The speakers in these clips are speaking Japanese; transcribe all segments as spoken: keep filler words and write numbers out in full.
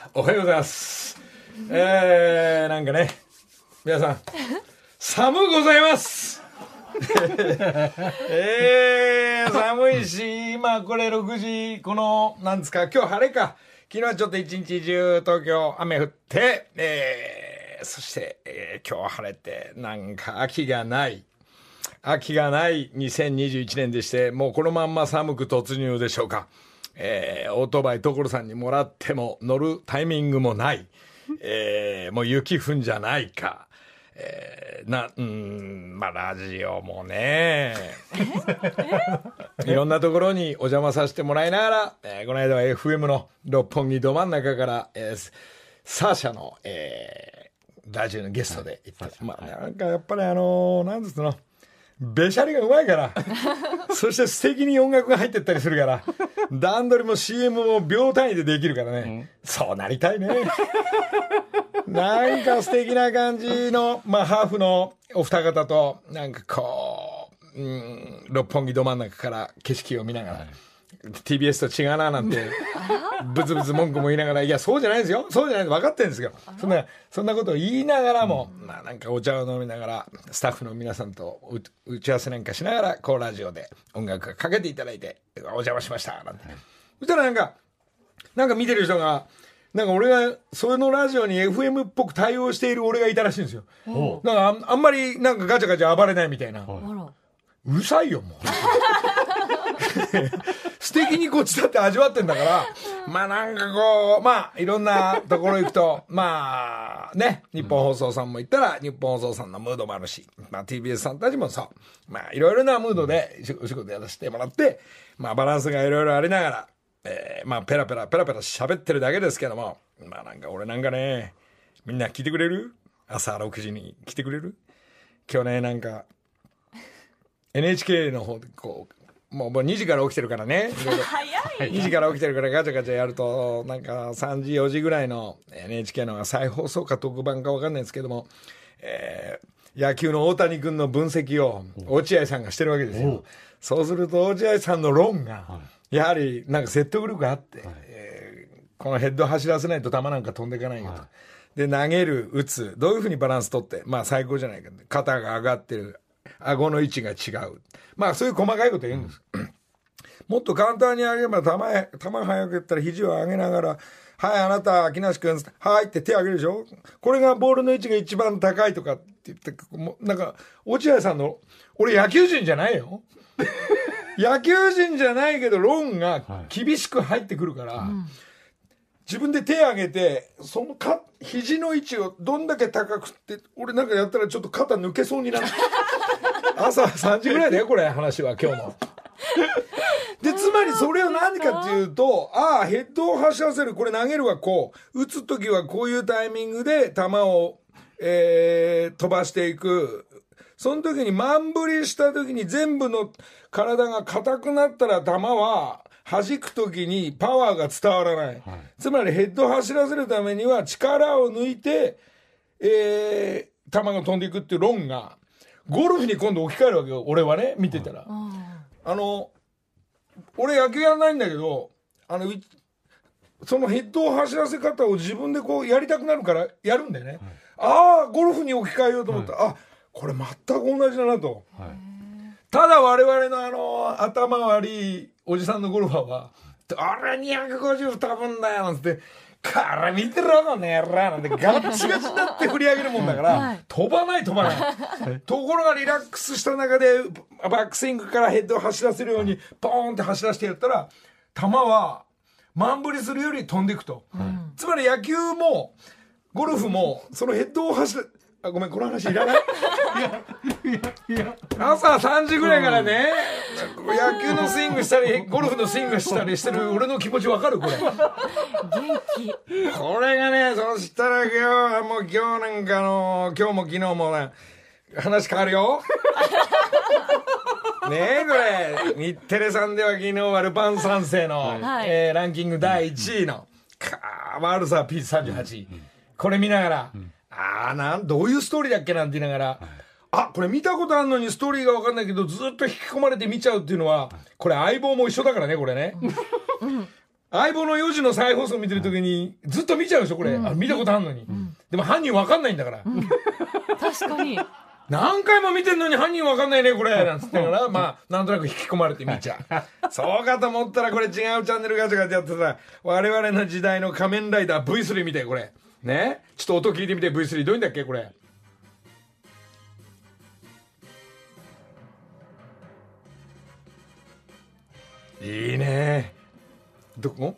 おはようございます。えー、なんかね、皆さん、寒うございます。えー、寒いし、今これろくじ、この、なんですか、今日晴れか。昨日はちょっと一日中東京雨降って、えー、そして、えー、今日晴れて、なんか秋がない。秋がないにせんにじゅういちねんでして、もうこのまんま寒く突入でしょうか。えー、オートバイ所さんにもらっても乗るタイミングもない。えー、もう雪降んじゃないか。えー、な、うーん、まあラジオもね、いろんなところにお邪魔させてもらいながら、えー、この間は エフエム の六本木ど真ん中から、えー、サーシャの、えー、ラジオのゲストで行った。はい、まあ、なんかやっぱりあのー、なんですの、べしゃりがうまいからそして素敵に音楽が入ってったりするから段取りも シーエム も秒単位でできるからね、うん、そうなりたいねなんか素敵な感じの、まあ、ハーフのお二方となんかこう、うん、六本木ど真ん中から景色を見ながら、はい、ティービーエス と違うななんてブツブツ文句も言いながら、いやそうじゃないですよ、そうじゃないです、分かってるんですよ、そんなそんなことを言いながらも、うん、まあなんかお茶を飲みながらスタッフの皆さんと打ち合わせなんかしながらこうラジオで音楽かけていただいてお邪魔しましたなんて、はい、そしたらなんかなんか見てる人がなんか俺がそのラジオに エフエム っぽく対応している俺がいたらしいんですよ。なんか あ, あんまりなんかガチャガチャ暴れないみたいな、はい、うるさいよもう素敵にこっちだって味わってんだからまあなんかこうまあいろんなところ行くとまあね日本放送さんも行ったら日本放送さんのムードもあるし、まあ、ティービーエス さんたちもさまあいろいろなムードでお仕事やらせてもらってまあバランスがいろいろありながら、えー、まあペラペラペラペラ喋ってるだけですけども、まあなんか俺なんかねみんな聞いてくれる？朝ろくじに来てくれる？今日ねなんか エヌエイチケー の方でこうもうにじから起きてるからね早いにじから起きてるからガチャガチャやるとなんかさんじよじぐらいの エヌエイチケー の再放送か特番か分かんないですけども、えー、野球の大谷君の分析を落合さんがしてるわけですよ。そうすると落合さんの論がやはりなんか説得力があって、はい、えー、このヘッド走らせないと球なんか飛んでいかないよと、はい、で投げる打つどういうふうにバランス取ってまあ最高じゃないか、肩が上がってる顎の位置が違う、まあそういう細かいこと言うんです、うん、もっと簡単に上げれば球球速くやったら肘を上げながらはいあなた木梨君はいって手を上げるでしょ、これがボールの位置が一番高いとかって言ってもなんか落合さんの俺野球人じゃないよ野球人じゃないけど論が厳しく入ってくるから、はい、うん、自分で手を上げてそのか肘の位置をどんだけ高くって俺なんかやったらちょっと肩抜けそうになる朝さんじぐらいだよこれ話は今日のでつまりそれは何かっていうとああヘッドを走らせるこれ投げるはこう打つ時はこういうタイミングで球を、えー、飛ばしていく、その時に満振りした時に全部の体が硬くなったら球は弾く時にパワーが伝わらない、はい、つまりヘッドを走らせるためには力を抜いて、えー、球が飛んでいくっていう論がゴルフに今度置き換えるわけよ俺はね見てたら、はい、あの俺野球やらないんだけどあのそのヘッドを走らせ方を自分でこうやりたくなるからやるんだよね、はい、ああゴルフに置き換えようと思ったら、はい、あこれ全く同じだなと、はい、ただ我々のあの頭悪いおじさんのゴルファーは俺にひゃくごじゅう飛ぶんだよなんつってから見てろこの野郎なんてガッチガチになって振り上げるもんだから、はい、飛ばない飛ばないところがリラックスした中でバックスイングからヘッドを走らせるようにポーンって走らせてやったら球は満振りするより飛んでいくと、うん、つまり野球もゴルフもそのヘッドを走るあごめんこの話いらないいやいやいや朝さんじぐらいからね、うん、野球のスイングしたりゴルフのスイングしたりしてる俺の気持ちわかるこれ元気これがねそしたら今日はもう今日なんかあの今日も昨日もね話変わるよねえこれ日テレさんでは昨日はルパン三世の、はい、えー、ランキングだいいちいの、うん、かーワールサーピースさんじゅうはち、うん、これ見ながら、うん、ああなんどういうストーリーだっけなんて言いながら、はい、あこれ見たことあるのにストーリーが分かんないけどずっと引き込まれて見ちゃうっていうのはこれ相棒も一緒だからねこれね、うん、 相棒のよじの再放送見てる時にずっと見ちゃうでしょこれ、うん、あ見たことあるのに、うん、でも犯人分かんないんだから、うん、 確かに何回も見てんのに犯人分かんないねこれなんつってからまあなんとなく引き込まれて見ちゃうそうかと思ったらこれ違うチャンネルガチャガチャやってた我々の時代の仮面ライダー ブイスリー 見てこれねちょっと音聞いてみて ブイスリー どういうんだっけこれいいねどこ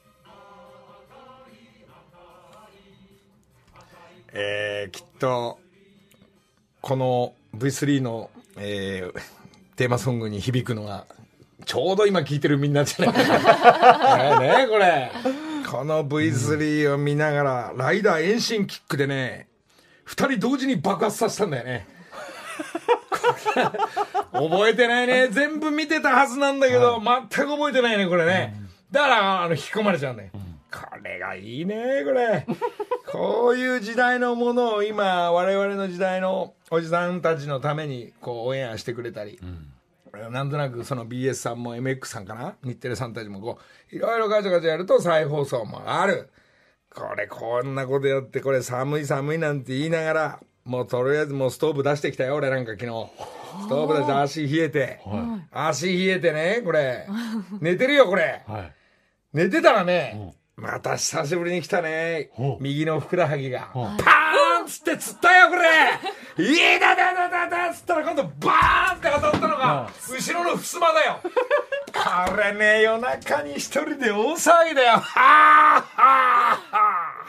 えー、きっとこの ブイスリー の、えー、テーマソングに響くのがちょうど今聴いてるみんなじゃないかねねこれこの ブイスリー を見ながらライダー遠心キックでねふたり同時に爆発させたんだよね覚えてないね全部見てたはずなんだけど、はい、全く覚えてないねこれね、うん、だからあの引き込まれちゃうんだよ、うん、これがいいねこれこういう時代のものを今我々の時代のおじさんたちのためにこうオンエアしてくれたり、うん、なんとなくその ビーエス さんも エムエックス さんかな日テレさんたちもこういろいろガチャガチャやると再放送もあるこれこんなことやってこれ寒い寒いなんて言いながらもうとりあえずもうストーブ出してきたよ俺なんか昨日ストーブ出して足冷えて、はい、足冷えてねこれ寝てるよこれ、はい、寝てたらね、うん、また久しぶりに来たね右のふくらはぎがパーンっつってつったよこれいいだだだだだっつったら今度バーンって当たったのが後ろのふすまだよこれね夜中に一人で大騒ぎだよはーはーは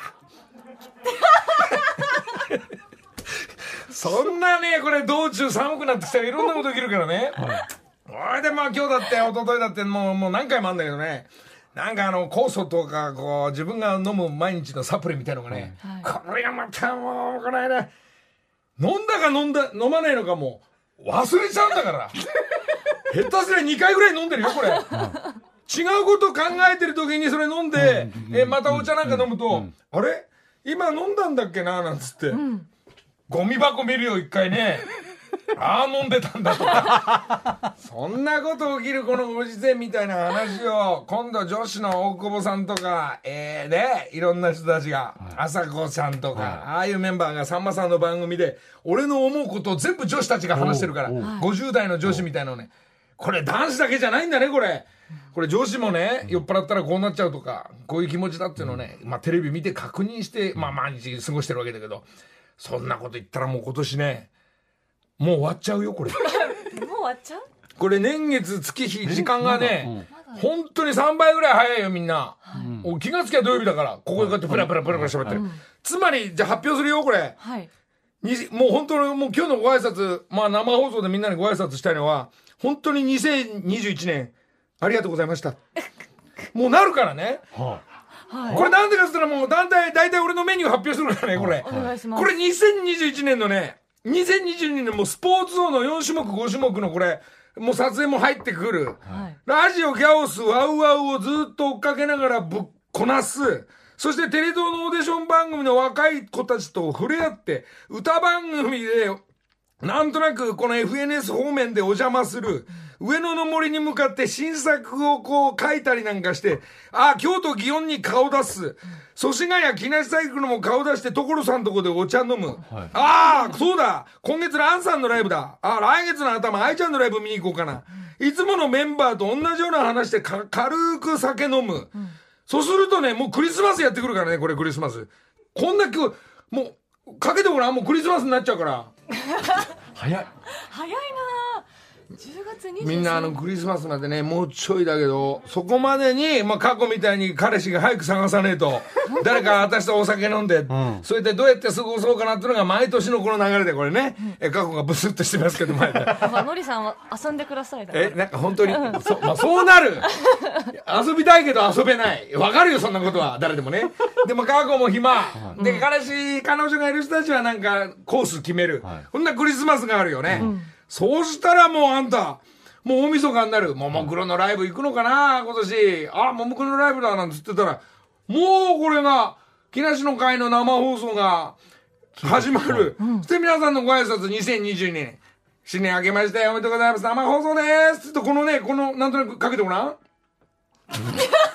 ーそんなねこれ道中寒くなってきたらいろんなことできるからねはい、でまあ今日だって一昨日だってもう、もう何回もあるんだけどねなんかあの酵素とかこう自分が飲む毎日のサプリみたいのがね、はい、これがまたもうこの間飲んだか飲んだ飲まないのかもう忘れちゃうんだから下手すりゃにかいぐらい飲んでるよこれ、はい、違うこと考えてる時にそれ飲んで、うん、えまたお茶なんか飲むと、うん、あれ今飲んだんだっけななんつって、うん、ゴミ箱見るよ一回ねああ飲んでたんだとかそんなこと起きるこのご時世みたいな話を今度女子の大久保さんとかえー、でいろんな人たちが朝子さんとか、はい、ああいうメンバーがさんまさんの番組で俺の思うことを全部女子たちが話してるからごじゅう代の女子みたいなのねこれ男子だけじゃないんだねこれこれ女子もね酔っ払ったらこうなっちゃうとかこういう気持ちだっていうのをね、まあ、テレビ見て確認して、まあ、毎日過ごしてるわけだけどそんなこと言ったらもう今年ねもう終わっちゃうよこれもう終わっちゃうこれ年月月日時間がね、うん、本当にさんばいぐらい早いよみんな、はい、気がつきゃ土曜日だからここでこうやってプラプラプラプラ喋ってる、はい、つまりじゃあ発表するよこれ、はい、にもう本当にもう今日のご挨拶まあ生放送でみんなにご挨拶したいのは本当ににせんにじゅういちねんありがとうございましたもうなるからね、はあはい、これなんでかっつったらもう団体大体俺のメニュー発表するからねこれ、はい、お願いしますこれにせんにじゅういちねんのねにせんにじゅうにねんもスポーツ王のよん種目ご種目のこれもう撮影も入ってくる、はい、ラジオギャオスワウワウをずっと追っかけながらぶっこなすそしてテレ東のオーディション番組の若い子たちと触れ合って歌番組でなんとなくこの エフエヌエス 方面でお邪魔する上野の森に向かって新作をこう書いたりなんかしてああ京都祇園に顔出す祖師ヶ谷木梨サイクルも顔出して所さんとこでお茶飲む、はい、ああそうだ今月のアンさんのライブだああ来月の頭愛ちゃんのライブ見に行こうかないつものメンバーと同じような話でか軽く酒飲む、うん、そうするとねもうクリスマスやってくるからねこれクリスマスこんな今日もうかけてごらんもうクリスマスになっちゃうから早い早いなじゅうがつにじゅうさんみんなあのクリスマスまでねもうちょいだけどそこまでに、まあ、過去みたいに彼氏が早く探さねえと誰か私とお酒飲んで、うん、それでどうやって過ごそうかなっていうのが毎年のこの流れでこれね、うん、え過去がブスッとしてますけど前でまあのりさんは遊んでくださいだえなんか本当にそ、まあ、そうなる遊びたいけど遊べないわかるよそんなことは誰でもねでも過去も暇で彼氏彼女がいる人たちはなんかコース決める、はい、こんなクリスマスがあるよね、うんそうしたらもうあんたもう大晦日になるももクロのライブ行くのかな今年あももクロのライブだなんつってたらもうこれが木梨の会の生放送が始まる、うん、そして皆さんのご挨拶にせんにじゅうにねん新年明けましておめでとうございます生放送ですってこのねこのなんとなくかけてごらん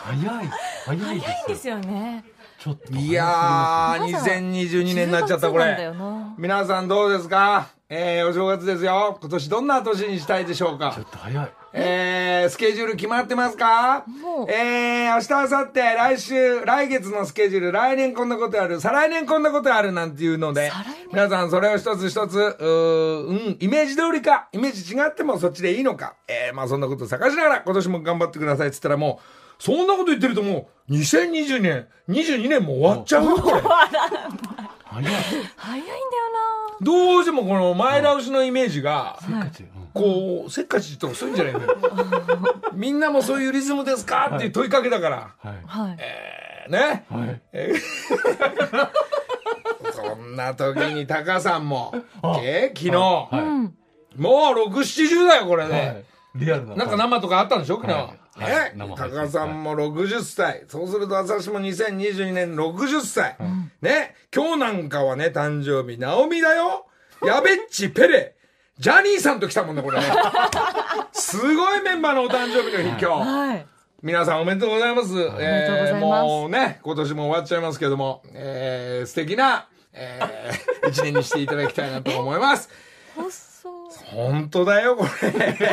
早い早いですよ。 早いんですよね。 ちょっといやー、にせんにじゅうにねんになっちゃったこれ。皆さんどうですか？えー、お正月ですよ。今年どんな年にしたいでしょうか？ ちょっと早い。 えー、スケジュール決まってますか？ もうえー、明日、明後日、来週、来月のスケジュール、来年こんなことある、再来年こんなことあるなんていうので、皆さんそれを一つ一つ、うー、うん、イメージ通りか、イメージ違ってもそっちでいいのか、えー、まあそんなことを探しながら今年も頑張ってくださいって言ったらもう、そんなこと言ってるともう、にせんにじゅうねん、にじゅうにねんも終わっちゃうよ、これ。 早い。 早いんだよどうしてもこの前倒しのイメージが、 せっかち。 こう、せっかちとかそういうんじゃないのよ。みんなもそういうリズムですかっていう問いかけだから。 はい。 な。はい。 えー、ね。 はい。 えーそんな時にタカさんも、えー、昨日、 はいうん。 もうろく、ななじゅうだよ、これはね。 い。リアルな。 なんか生とかあったんでしょ、昨日。 はいはい生ね。 配信タカさんもろくじゅっさい。そうすると私もにせんにじゅうにねんろくじゅっさい。ね。今日なんかはね、誕生日、ナオミだよ。やべっち、ペレ。ジャニーさんと来たもんね、これね。すごいメンバーのお誕生日の日、今日。 はい。 皆さんおめでとうございます。 めでとうございますえーもうね、今年も終わっちゃいますけども、えー、素敵な、えー、一年にしていただきたいなと思います。 細本当だよ、これ。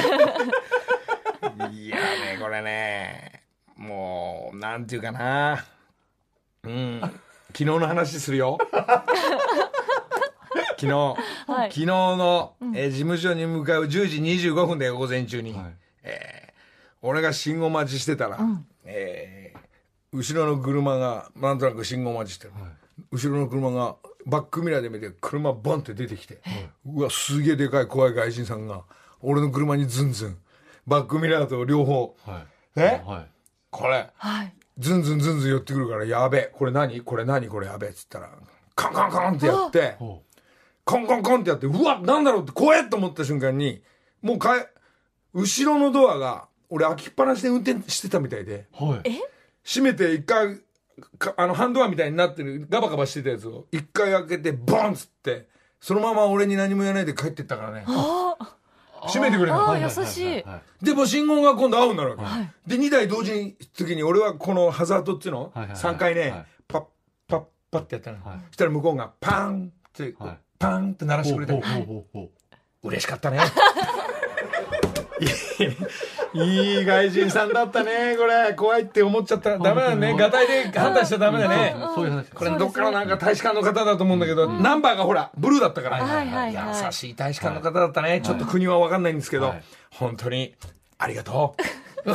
いやね、これね、もう、なんていうかな。うん。昨日の話するよ。昨日、 はい昨日の、えー事務所に向かうじゅうじにじゅうごふんで午前中に、 はいえー俺が信号待ちしてたら、えー後ろの車がなんとなく信号待ちしてる、後ろの車がバックミラーで見て車ボンって出てきて、うわすげえでかい怖い外人さんが俺の車にズンズンバックミラーと両方、 はい。 ね、 はい。 これはい。 ズンズンズンズン寄ってくるからやべえこれ何これ何これやべえっつったらカンカンカンってやってほコンコンコンってやって、うわ、なんだろうって怖えと思った瞬間に、もうかえ、後ろのドアが、俺開きっぱなしで運転してたみたいで、 う。はい。 閉めて一回、かあの、ハンドアみたいになってる、ガバガバしてたやつを、一回開けて、ボンっつって、そのまま俺に何も言わないで帰ってったからね。 あ閉めてくれたの。 あー、優しい。 でも信号が今度青になるわけ。 はいで、にだい同時に、時に俺はこのハザードっていうの、 はいはいはいさんかいね、 はいパッ、パッ、パッってやったの。 はいそしたら向こうがパーンって、こうはいパーンって鳴らしてくれたの。 ほうほうほうほう。 嬉しかったね。いいいい外人さんだったね、これ。怖いって思っちゃったらダメだね。ガタイで判断しちゃダメだね。 そういう話。 これどっかのなんか大使館の方だと思うんだけど、ナンバーがほら、ブルーだったから。 はいはいはい優しい大使館の方だったね。ちょっと国はわかんないんですけどはい、 本当にありがとう。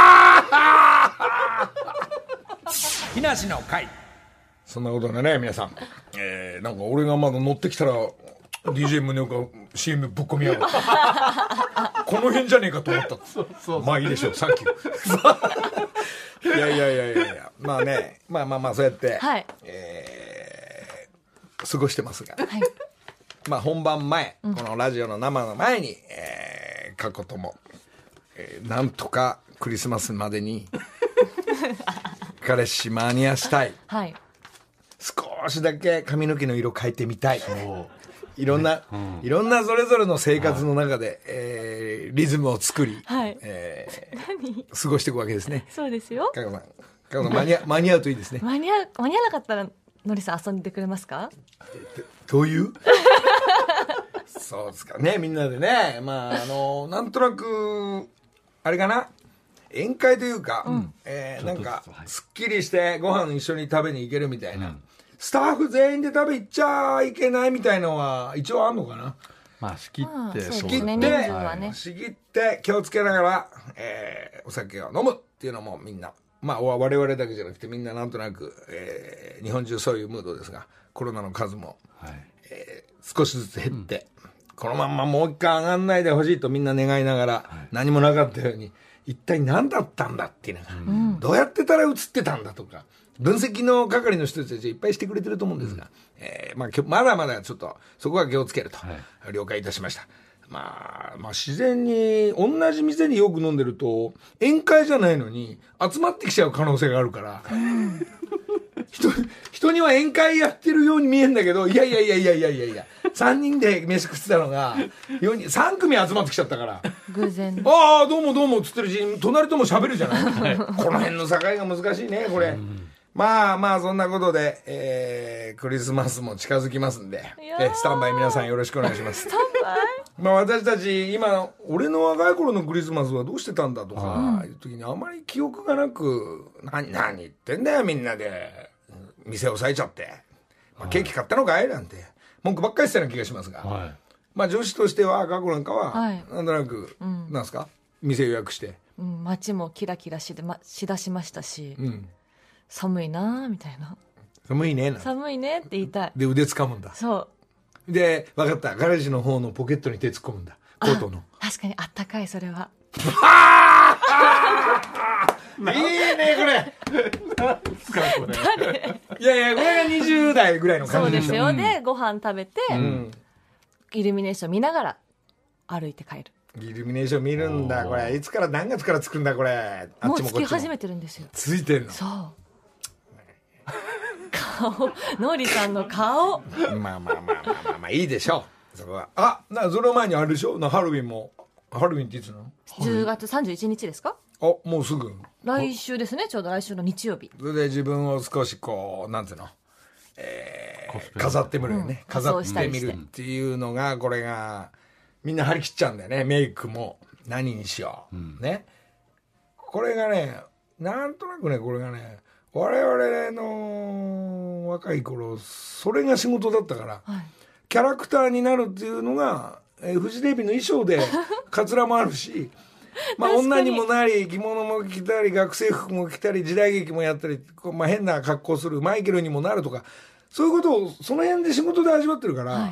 木梨の会。そんなことでね、皆さん。えー、なんか俺がまだ乗ってきたら、ディージェー 宗岡 シーエム ぶっ込みやがってこの辺じゃねえかと思ったそうそうまあいいでしょうサンキューいやいやいやいやいやまあねまあまあまあそうやって、 はい。 えー過ごしてますが、 はい。 まあ本番前、このラジオの生の前に、えー過去とも、えーなんとかクリスマスまでに彼氏間に合わしたいはい。 少しだけ髪の毛の色変えてみたいおいろんな、いろんなそれぞれの生活の中で、えーリズムを作り、 はいえ何ー過ごしていくわけですね。 そうですよ。 かこさん、かこさん間に合間に合うといいですね。 間に合う、間に合わなかったら、のりさん遊んでくれますか？ どういうそうですかね、みんなでね。まあ、あの、なんとなく、あれかな宴会というか、えーなんかちょっとずつはい、 すっきりしてご飯一緒に食べに行けるみたいな。スタッフ全員で食べ行っちゃいけないみたいのは一応あんのかなまあ仕切ってうんそう仕切って、 ね人数はね仕切って気をつけながら、えーお酒を飲むっていうのもみんな、まあ我々だけじゃなくてみんななんとなく、えー日本中そういうムードですが、コロナの数もはい。 少しずつ減って、このまんまもう一回上がんないでほしいとみんな願いながら、何もなかったように、一体何だったんだっていうのが、どうやってたら映ってたんだとか、分析の係の人たちはいっぱいしてくれてると思うんですが、えーまあ、きょまだまだちょっとそこは気をつけると、 は了解いたしました。まあ、まあ自然に同じ店によく飲んでると宴会じゃないのに集まってきちゃう可能性があるから、 人、人には宴会やってるように見えるんだけど、いやいやいやいやいやいやいや、さんにんで飯食ってたのが、よにん、さん組集まってきちゃったから。 偶然。 ああ、どうもどうもっつってるし、隣とも喋るじゃない。この辺の境が難しいね、これ。まあまあ、そんなことで、えー、クリスマスも近づきますんで、えスタンバイ皆さんよろしくお願いします。 スタンバイまあ私たち、今、俺の若い頃のクリスマスはどうしてたんだとか、いう時にあまり記憶がなく、何、何言ってんだよ、みんなで。店を押さえちゃって。まあ、ケーキ買ったのかいなんて、文句ばっかりしたような気がしますが。はい、まあ女子としては、過去なんかは、なんとなく、はい、なんですか、店予約して。 うん、街もキラキラしで、ま、しだしましたし。うん寒いなみたいな。 寒いねな。 寒いねって言いたい。 で、腕掴むんだ。 そう。 で、分かった。ガレージの方のポケットに手突っ込むんだ。コートの。 確かにあったかい、それは。 いいね、これ。 何ですか、これ。 いやいや、これがにじゅう代ぐらいの感じそうですよ。で、ご飯食べて、うん、イルミネーション見ながら歩いて帰る。 イルミネーション見るんだ、これ。いつから何月からつくんだ、これ。 あっちもこっちも。もうつき始めてるんですよ。 ついてるの。 そう。顔、ノリさんの顔。 まあまあまあまあまあまあいいでしょう。そこは。あ、な、その前にあれでしょな、ハロウィンも。ハロウィンっていつなの ? じゅうがつさんじゅういちにちですか？ あ、もうすぐ。 来週ですね、ちょうど来週の日曜日。 それで自分を少しこう、なんていうの、えー、飾ってみるよね、うん。飾ってみるっていうのが、これが、みんな張り切っちゃうんだよね。メイクも何にしよう。うん、ね。これがね、なんとなくね、これがね、我々の若い頃、それが仕事だったから、はい、キャラクターになるっていうのが、えー、フジテレビの衣装で、カツラもあるし、まあ女にもなり、着物も着たり、学生服も着たり、時代劇もやったり、まあ変な格好する、マイケルにもなるとか、そういうことをその辺で仕事で味わってるから、はい、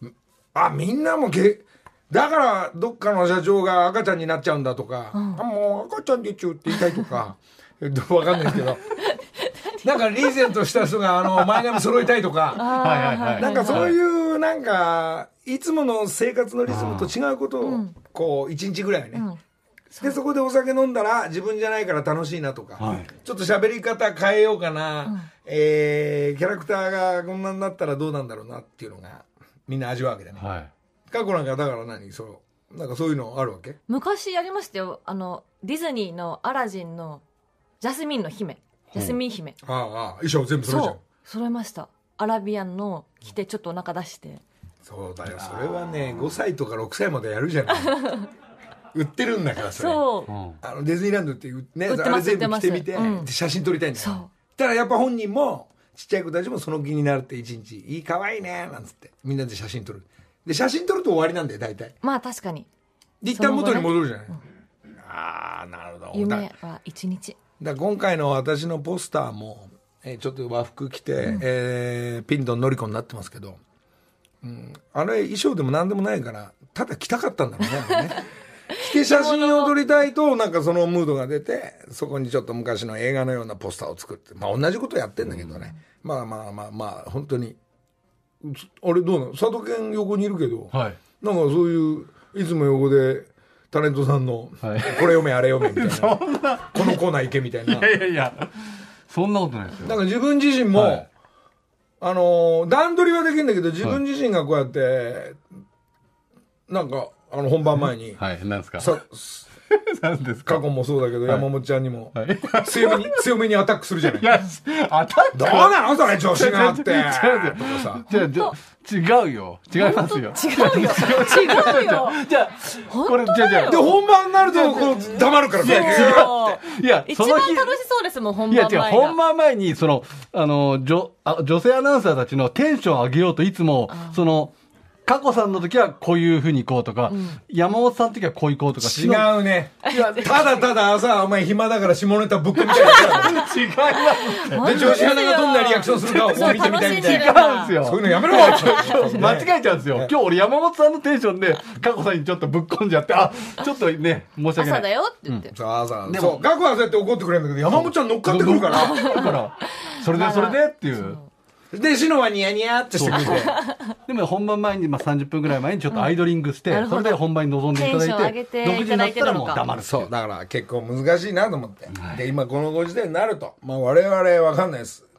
あ、みんなもけ、だからどっかの社長が赤ちゃんになっちゃうんだとか、うん、あ、もう赤ちゃんでちゅうって言いたいとか、わかんないですけど、なんかリーゼントした人があの前髪揃えたいとか、なんかそういうなんかいつもの生活のリズムと違うことをこう一日ぐらいね、うん、でそこでお酒飲んだら自分じゃないから楽しいなとか、はい、ちょっと喋り方変えようかな、うん、えー、キャラクターがこんなになったらどうなんだろうなっていうのがみんな味わうわけだね。はい、過去なんかだから何そうなんかそういうのあるわけ？ 昔やりましたよ。あのディズニーのアラジンのジャスミンの姫。ジャスミン姫。 ああ、ああ、衣装全部揃えちゃう。 そう、揃えました。アラビアンの着てちょっとお腹出して。 そうだよ、それはね、ごさいとかろくさいまでやるじゃない。売ってるんだからそれ。そう。あのディズニーランドっていうね、あれ全部着てみて、うん、写真撮りたいんだよ。そう。たらやっぱ本人もちっちゃい子たちもその気になるって一日いい可愛いねなんつってみんなで写真撮る。で写真撮ると終わりなんだよ大体。 まあ確かに。 で一旦元に戻るじゃない。うん、ああなるほど。 夢は一日。 だ今回の私のポスターも、えー、ちょっと和服着て、うんえー、ピントのりこになってますけど、うん、あれ衣装でも何でもないからただ着たかったんだろうね。ね着て写真を撮りたいとなんかそのムードが出てそこにちょっと昔の映画のようなポスターを作って、まあ、同じことやってんだけどね、うん、まあまあまあまあ本当にあれどうなの佐藤健横にいるけど、はい、なんかそういういつも横でタレントさんの、はい、これ読めあれ読めみたいなこのコーナー行けみたいな。 いやいやいやそんなことないですよ。 なんか自分自身も、はい、あの段取りはできるんだけど自分自身がこうやって、はい、なんかあの本番前にはい何ですかさ何ですか過去もそうだけど、はい、山本ちゃんにも、はい、強めに強めにアタックするじゃない。いやアタックどうなのそれ調子があってとかさじゃ違うよ違いますよ違うよ違うよじゃあこれじゃじゃで本番になるとこう黙るからね。 いや一番楽しそうですもん本番前が。いや違う本番前にそのあの女あ女性アナウンサーたちのテンション上げようといつもその佳子さんの時はこういう風に行こうとか、うん、山本さんの時はこう行こうとか違うね。いやただただ朝お前暇だから下ネタぶっ込みたいな違いますで女子アナがどんなリアクションするかを見てみたいみたいな。 違うんですよ。 そういうのやめろ間違えちゃうんですよ。今日俺山本さんのテンションで佳子さんにちょっとぶっ込んじゃってあちょっとね申し訳ない朝だよって言って、うん、 そう朝でも佳子はそうやって怒ってくれるんだけど山本ちゃん乗っかってくるからだからそれでそれでっていうでシノはニヤニヤってしてくれてでも本番前に、まあ、さんじゅっぷんぐらい前にちょっとアイドリングして、うん、それで本番に臨んでいただいてろくじになったらもう黙る。 そうだから結構難しいなと思って、はい、で今このご時世になると、まあ、我々わかんないです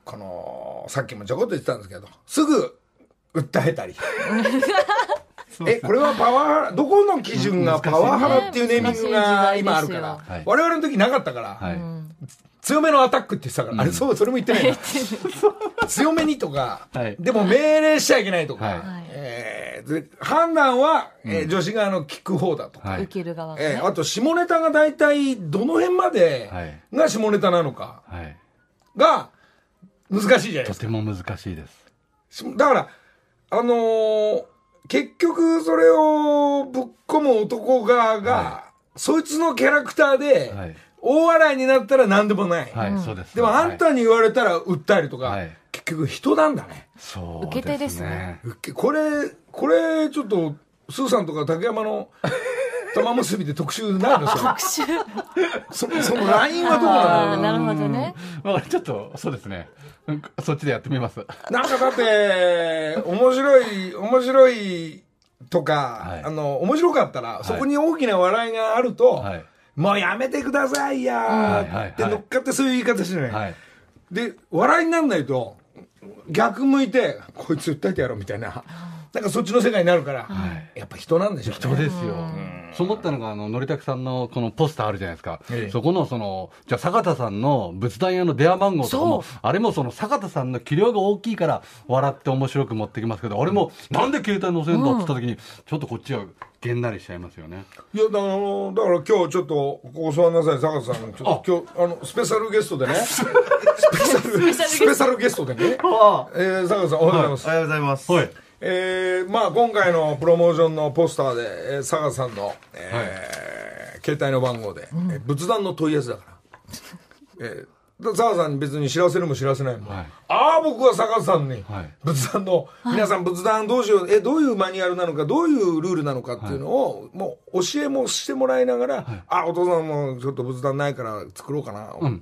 このさっきもちょこっと言ってたんですけどすぐ訴えたりえこれはパワハラどこの基準がパワハラっていうネーミングが今あるから、 はい、 我々の時なかったから、はい、強めのアタックって言ってたから、うん、あれそうそれも言ってないな強めにとか、はい、でも命令しちゃいけないとか、はいえー、判断は、うんえー、女子側の聞く方だとか、 はい、受ける側が、 ねえー、あと下ネタが大体どの辺までが下ネタなのかが難しいじゃないですか。 とても難しいです。 だからあのー、結局それをぶっ込む男側が、はい、そいつのキャラクターで、はい大笑いになったら何でもない、 はいそうですでもあんたに言われたら訴えるとか、はい、結局人なんだね。 そう受け手ですね。 これこれちょっとスーさんとか竹山の玉結びで特集ないのそれ特集そ, そのラインはどこなの。 なるほどね。 まあちょっとそうですねそっちでやってみます。 なんかだって面白い面白いとか、はい、あの面白かったら、はい、そこに大きな笑いがあると、はいもうやめてくださいやーって乗っかってそういう言い方しない、はい、で笑いにならないと逆向いてこいつ訴えてやろうみたいななんかそっちの世界になるから、はい、やっぱ人なんでしょうね。 人ですよ。そう思ったのがあののりたけさんのこのポスターあるじゃないですか、ええ、そこのそのじゃあ坂田さんの仏壇屋の電話番号とかもあれもその坂田さんの器量が大きいから笑って面白く持ってきますけどあれもなんで携帯載せるんだって言った時にちょっとこっちはげんなりしちゃいますよね。 いやだからだから今日ちょっとご相談なさい坂田さんちょっと今日あのスペシャルゲストでねスペシャルスペシャルゲストでね、えー、坂田さんおはようございます。 はい、おはようございます。 はいえーまあ、今回のプロモーションのポスターで、えー、坂田さんの、えーはい、携帯の番号で、うんえー、仏壇の問い合わせだから、えー、坂田さんに別に知らせるも知らせないもん、はい、ああ僕は坂田さんに、はい、仏壇の、はい、皆さん仏壇どうしようえどういうマニュアルなのかどういうルールなのかっていうのを、はい、もう教えもしてもらいながら、はい、あお父さんもちょっと仏壇ないから作ろうかな、うんうん、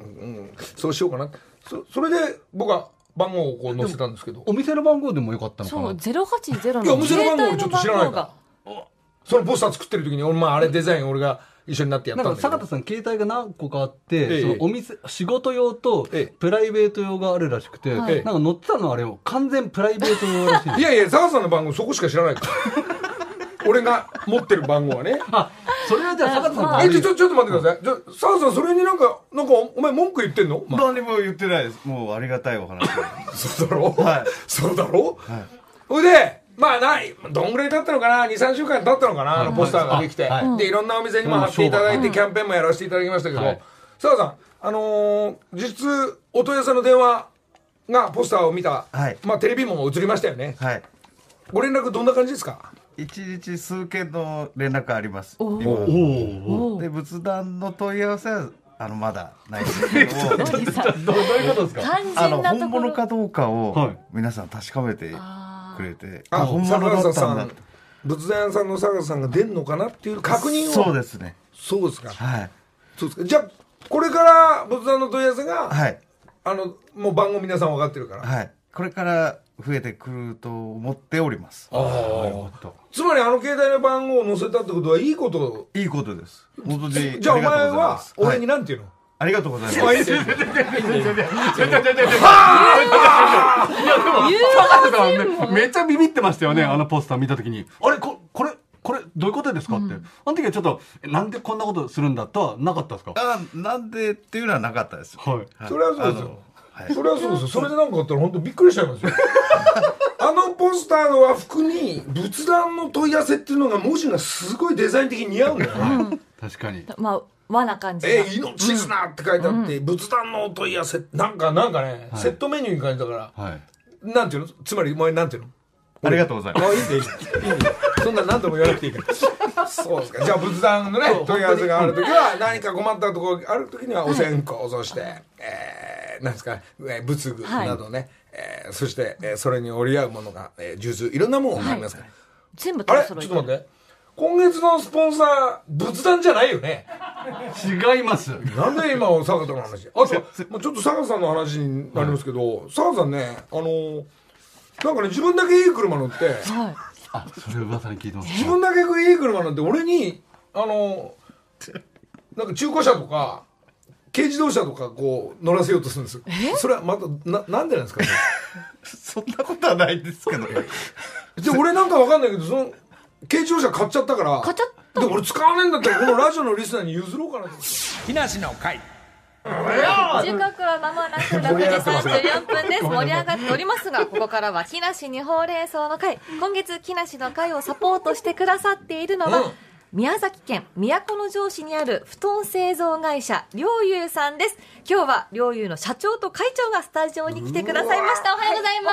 そうしようかな そ, それで僕は番号をこう載せたんですけどお店の番号でもよかったのかな。 そうゼロはちゼロのいやお店の番号ちょっと知らないからそのポスター作ってる時に俺、まあ、あれデザイン俺が一緒になってやったんだけどなんか坂田さん携帯が何個かあって、ええ、そのお店仕事用とプライベート用があるらしくて、ええ、なんか載ってたのはあれを完全プライベート用らしいいやいや坂田さんの番号そこしか知らないから俺が持ってる番号はねあそれはじゃあ坂田さんのえちょちょちょっと待ってくださいじゃあ坂田さんそれになんかなんかお前文句言ってんの、 まあ、何も言ってないです。もうありがたいお話そうだろはいそうだろはいほいでまあないどんぐらい経ったのかな に,さん 週間経ったのかな、はい、あのポスターができて、はい、でいろんなお店にも貼っていただいて、うん、キャンペーンもやらせていただきましたけど、はい、坂田さんあのー、実質お問い合わせの電話がポスターを見た、はいまあ、テレビも映りましたよね、はい、ご連絡どんな感じですか。 一日数件の連絡あります。 おおで仏壇の問い合わせはあのまだないですけどもどういうことですか。 あの本物かどうかを皆さん確かめてくれて、 あ本物だったんだ仏壇屋さんの坂田さんが出んのかなっていう確認を。 そうですね。 そうですか。 はいそうですか。じゃあこれから仏壇の問い合わせが、 はい、 あのもう番号皆さん分かってるから、 はい、これから増えてくると思っております。 ああつまりあの携帯の番号を載せたってことはいいこといいことです。本当にじゃあお前は俺になんて言うの、はい、 ありがとうございます。 あいいですよ。 めっちゃビビってましたよね、あのポスター見たときに。あれここれこれどういうことですかって、うん、あの時はちょっとなんでこんなことするんだとはなかったですか。 あなんでっていうのはなかったです。 はい、 はい、それはそうですよ。はい、それはそうですよ。それでなんかあったら本当びっくりしちゃいますよ。あのポスターの和服に仏壇の問い合わせっていうのが文字がすごいデザイン的に似合うんだよね。 うん、 確かに。 まあ和な感じ。 えー、命綱って書いてあって、うん、仏壇のお問い合わせなんかなんかね、はい、セットメニューに感じだから、はい、なんていうのつまりお前なんていうの。 ありがとうございます。 あいいんだいいんだいいんだそんな何度も言わなくていいからそうですか。じゃあ仏壇のね問い合わせがあるときは何か困ったところがあるときにはお線香そして、はい、えー、なんですか仏具などね、はい、えー、そして、えー、それに折り合うものが、えー、数珠いろんなものがありますから、はい、 全部あれちょっと待って今月のスポンサー仏壇じゃないよね。 違います。 なんで今坂田の話あと、まあ、ちょっと坂田さんの話になりますけど、はい、坂田さんねあのーなんかね自分だけいい車乗って、はい、 あそれ噂に聞いてます。 自分だけいい車乗って俺にあのなんか中古車とか軽自動車とかこう乗らせようとするんですよ。それはまたななんでなんですかね。 そんなことはないんですけどで俺なんかわかんないけどその軽自動車買っちゃったから買っちゃったで俺使わねえんだったらこのラジオのリスナーに譲ろうかなと。木梨の会時刻はまもなくろくじさんじゅうよんぷんです。盛り上がっておりますが、ここからは木梨にほうれん草の会。今月木梨の会をサポートしてくださっているのは、うん、宮崎県都城市にある布団製造会社りょうゆうさんです。今日はりょうゆうの社長と会長がスタジオに来てくださいました。おはようございます。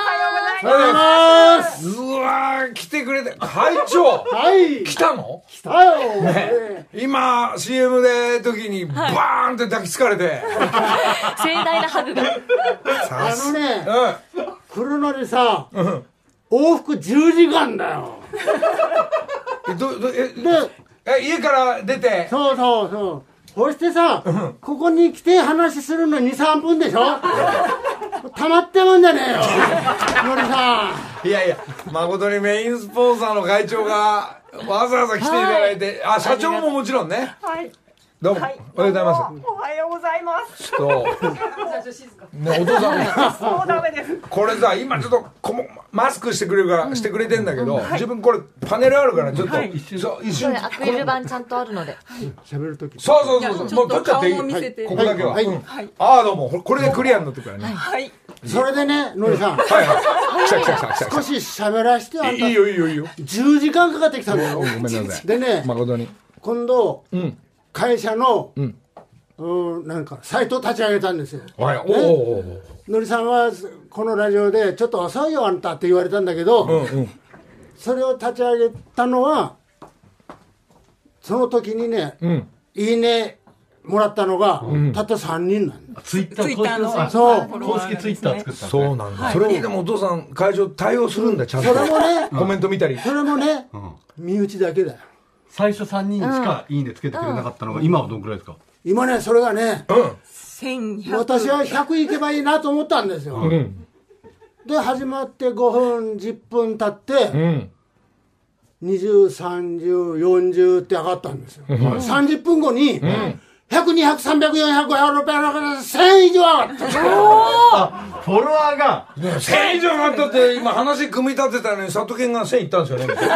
おはようございます。うわー来てくれて会長はい来たの来たよ、 ね、今 シーエム で時にバーンって抱きつかれて、 はい、盛大なハグがあのね、うん、来るのにさ、うん、往復じゅうじかんだよえどどえでえ家から出てそうそうそうそしてさ、うん、ここに来て話するのにさんぷんでしょたまってもんじゃねえよのりさん。いやいや誠にメインスポンサーの会長がわざわざ来ていただいて、はい、あ社長ももちろんねはいどうも、はい、おはようございます。 おはようございます。 ちょっとねお父さんもうダメです。 これさ今ちょっとこもマスクしてくれるから、うん、してくれてんだけど、うんはい、自分これパネルあるからちょっと、はい、一瞬一瞬アクリル板ちゃんとあるので喋るときそうそうそうそうもう取っちゃっていい、はい、ここだけは、はいうんはい、ああどうもこれでクリアになってくからねはいそれでねのりさんはいはい来た来た来た来た少し喋らしてあんたいいよいいよいいよじゅうじかんかかってきたんだよごめんなさいでね誠に今度、うん、会社の、 うんうん、なんかサイトを立ち上げたんですよ。 はい、おお、 ね、のりさんはこのラジオでちょっと遅いよあんたって言われたんだけど、うんうん、それを立ち上げたのはその時にね、うん、いいねもらったのが、うん、たったさんにんなんだ。 ツイッターのそう公式ツイッター作った、 ね、そうなんだ、はい、それにでもお父さん会場対応するんだちゃんと。 それもねコメント見たりそれもね、うん、身内だけだよ。 最初さんにんしかいいねつけてくれなかったのが、うん、今はどんくらいですか。 今ねそれがね、うん、 せんひゃく私はひゃくいけばいいなと思ったんですよ、うん、で始まってごふんじゅっぷん経って、うん、にじゅう、さんじゅう、よんじゅうって上がったんですよ、うん、さんじゅっぷんごに、うんひゃく、にひゃく、さんびゃく、よんひゃく、ごひゃく、ろっぴゃく、ろっぴゃく、せん以上上がった。 あ、フォロワーが、 ね、せん以上上がったって今話組み立てたのに佐藤健がせんいったんですよね。今